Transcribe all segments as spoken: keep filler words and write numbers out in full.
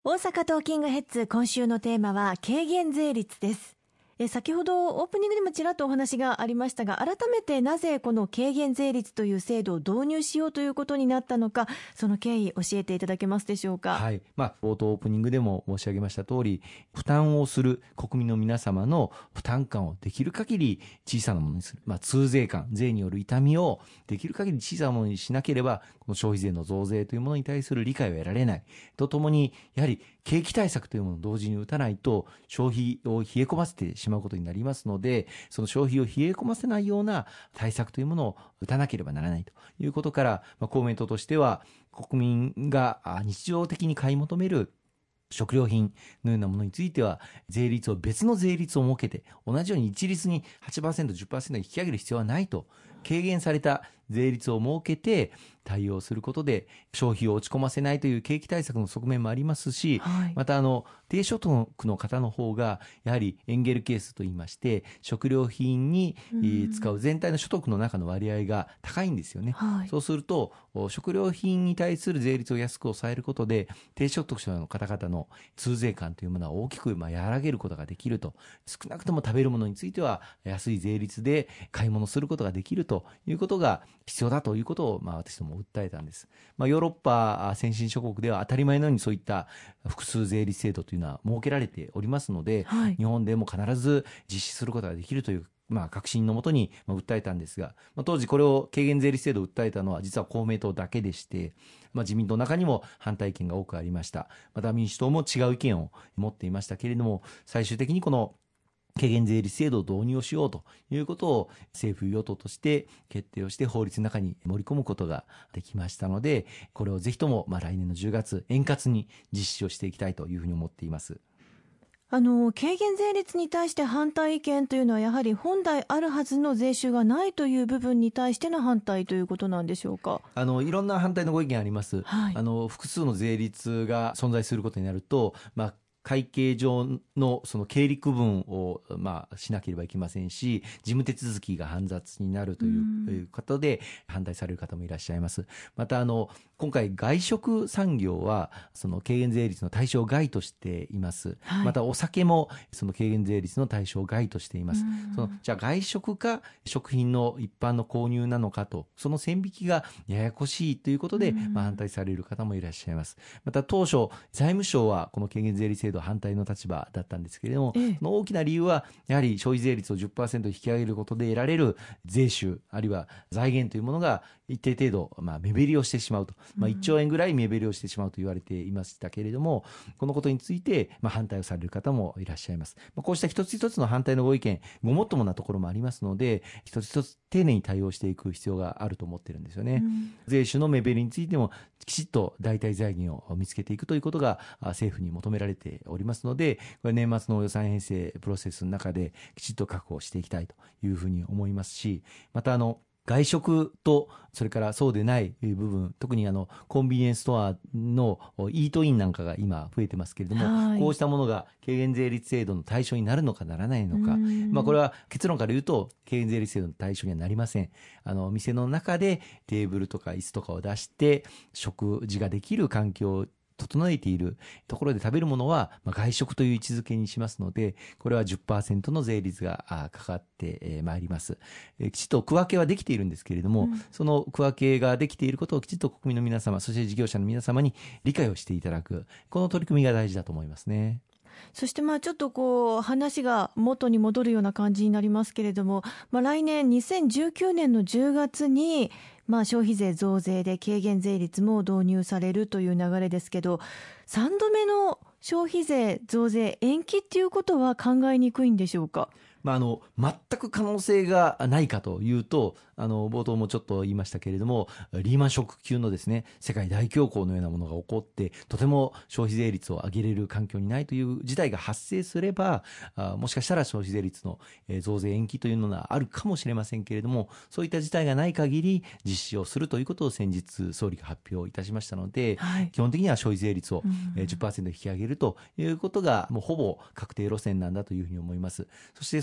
大阪トーキングヘッズ、今週のテーマは軽減税率です。え先ほどオープニングでもちらっとお話がありましたが、改めてなぜこの軽減税率という制度を導入しようということになったのか、その経緯教えていただけますでしょうか。 はい、まあ、冒頭オープニングでも申し上げました通り、負担をする国民の皆様の負担感をできる限り小さなものにする、まあ、痛税感、税による痛みをできる限り小さなものにしなければ、この消費税の増税というものに対する理解を得られないとともに、やはり景気対策というものを同時に打たないと消費を冷え込ませてしまうことになりますので、その消費を冷え込ませないような対策というものを打たなければならないということから、まあ、公明党としては国民が日常的に買い求める食料品のようなものについては税率を別の税率を設けて、同じように一律に はちパーセント、じゅっパーセント に引き上げる必要はないと、軽減された税率を設けて対応することで消費を落ち込ませないという景気対策の側面もありますし、はい、またあの低所得の方の方がやはりエンゲル係数といいまして、食料品に使う全体の所得の中の割合が高いんですよね、はい、そうすると食料品に対する税率を安く抑えることで低所得者の方々の痛税感というものは大きくまあ和らげることができると、少なくとも食べるものについては安い税率で買い物することができるということが必要だということをまあ私ども訴えたんです。まあ、ヨーロッパ先進諸国では当たり前のようにそういった複数税率制度というのは設けられておりますので、はい、日本でも必ず実施することができるというまあ、確信のもとに訴えたんですが、まあ、当時これを軽減税率制度を訴えたのは実は公明党だけでして、まあ、自民党の中にも反対意見が多くありました。また民主党も違う意見を持っていましたけれども、最終的にこの軽減税率制度を導入をしようということを政府与党として決定をして法律の中に盛り込むことができましたので、これをぜひともまあ来年のじゅうがつ円滑に実施をしていきたいというふうに思っています。 あの軽減税率に対して反対意見というのはやはり本来あるはずの税収がないという部分に対しての反対ということなんでしょうか。 あのいろんな反対のご意見あります、はい、あの複数の税率が存在することになると、まあ会計上のその経理区分をまあしなければいけませんし、事務手続きが煩雑になるということで反対される方もいらっしゃいます。またあの今回外食産業はその軽減税率の対象外としています、はい、またお酒もその軽減税率の対象外としています。そのじゃあ外食か食品の一般の購入なのかと、その線引きがややこしいということでまあ反対される方もいらっしゃいます。また当初財務省はこの軽減税率制度反対の立場だったんですけれども、ええ、その大きな理由はやはり消費税率を じゅっパーセント 引き上げることで得られる税収あるいは財源というものが一定程度、まあ、目減りをしてしまうと、まあ、いっちょうえんぐらい目減りをしてしまうと言われていましたけれども、このことについて、まあ、反対をされる方もいらっしゃいます。まあ、こうした一つ一つの反対のご意見ごもっともなところもありますので、一つ一つ丁寧に対応していく必要があると思ってるんですよね、うん、税収の目減りについてもきちっと代替財源を見つけていくということが政府に求められておりますので、これ年末の予算編成プロセスの中できちっと確保していきたいというふうに思いますし、またあの外食とそれからそうでない部分、特にあのコンビニエンスストアのイートインなんかが今増えてますけれども、はい、こうしたものが軽減税率制度の対象になるのかならないのか、まあ、これは結論から言うと軽減税率制度の対象にはなりません。あの店の中でテーブルとか椅子とかを出して食事ができる環境を整えているところで食べるものは外食という位置づけにしますので、これは じゅっパーセント の税率がかかってまいります。きちっと区分けはできているんですけれども、うん、その区分けができていることをきちっと国民の皆様、そして事業者の皆様に理解をしていただく、この取り組みが大事だと思いますね。 そしてまあちょっとこう話が元に戻るような感じになりますけれども、まあ、来年にせんじゅうきゅうねんのじゅうがつにまあ消費税増税で軽減税率も導入されるという流れですけど、さんどめの消費税増税延期っていうことは考えにくいんでしょうか。 まあ、あの全く可能性がないかというと、あの冒頭もちょっと言いましたけれども、リーマンショック級のですね世界大恐慌のようなものが起こってとても消費税率を上げれる環境にないという事態が発生すれば、あもしかしたら消費税率の増税延期というのがあるかもしれませんけれども、そういった事態がない限り実施をするということを先日総理が発表いたしましたので、はい、基本的には消費税率を じゅっパーセント 引き上げるということがもうほぼ確定路線なんだというふうに思います。そしてそ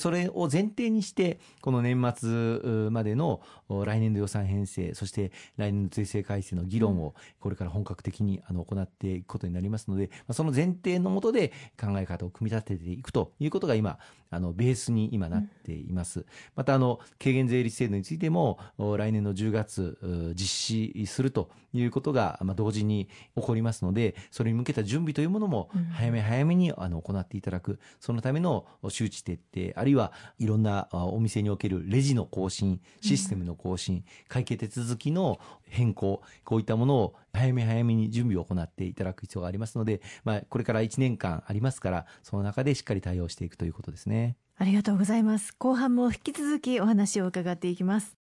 それを前提にしてこの年末までの来年度予算編成、そして来年度税制改正の議論をこれから本格的にあの行っていくことになりますので、その前提の下で考え方を組み立てていくということが今あのベースに今なっています。またあの軽減税率制度についても来年のじゅうがつ実施するということがまあ同時に起こりますので、それに向けた準備というものも早め早めにあの行っていただく、そのための周知徹底、あるいはいろんなお店におけるレジの更新、システムの更新、会計手続きの変更、こういったものを早め早めに準備を行っていただく必要がありますので、まあ、これからいちねんかんありますから、その中でしっかり対応していくということですね。 ありがとうございます。後半も引き続きお話を伺っていきます。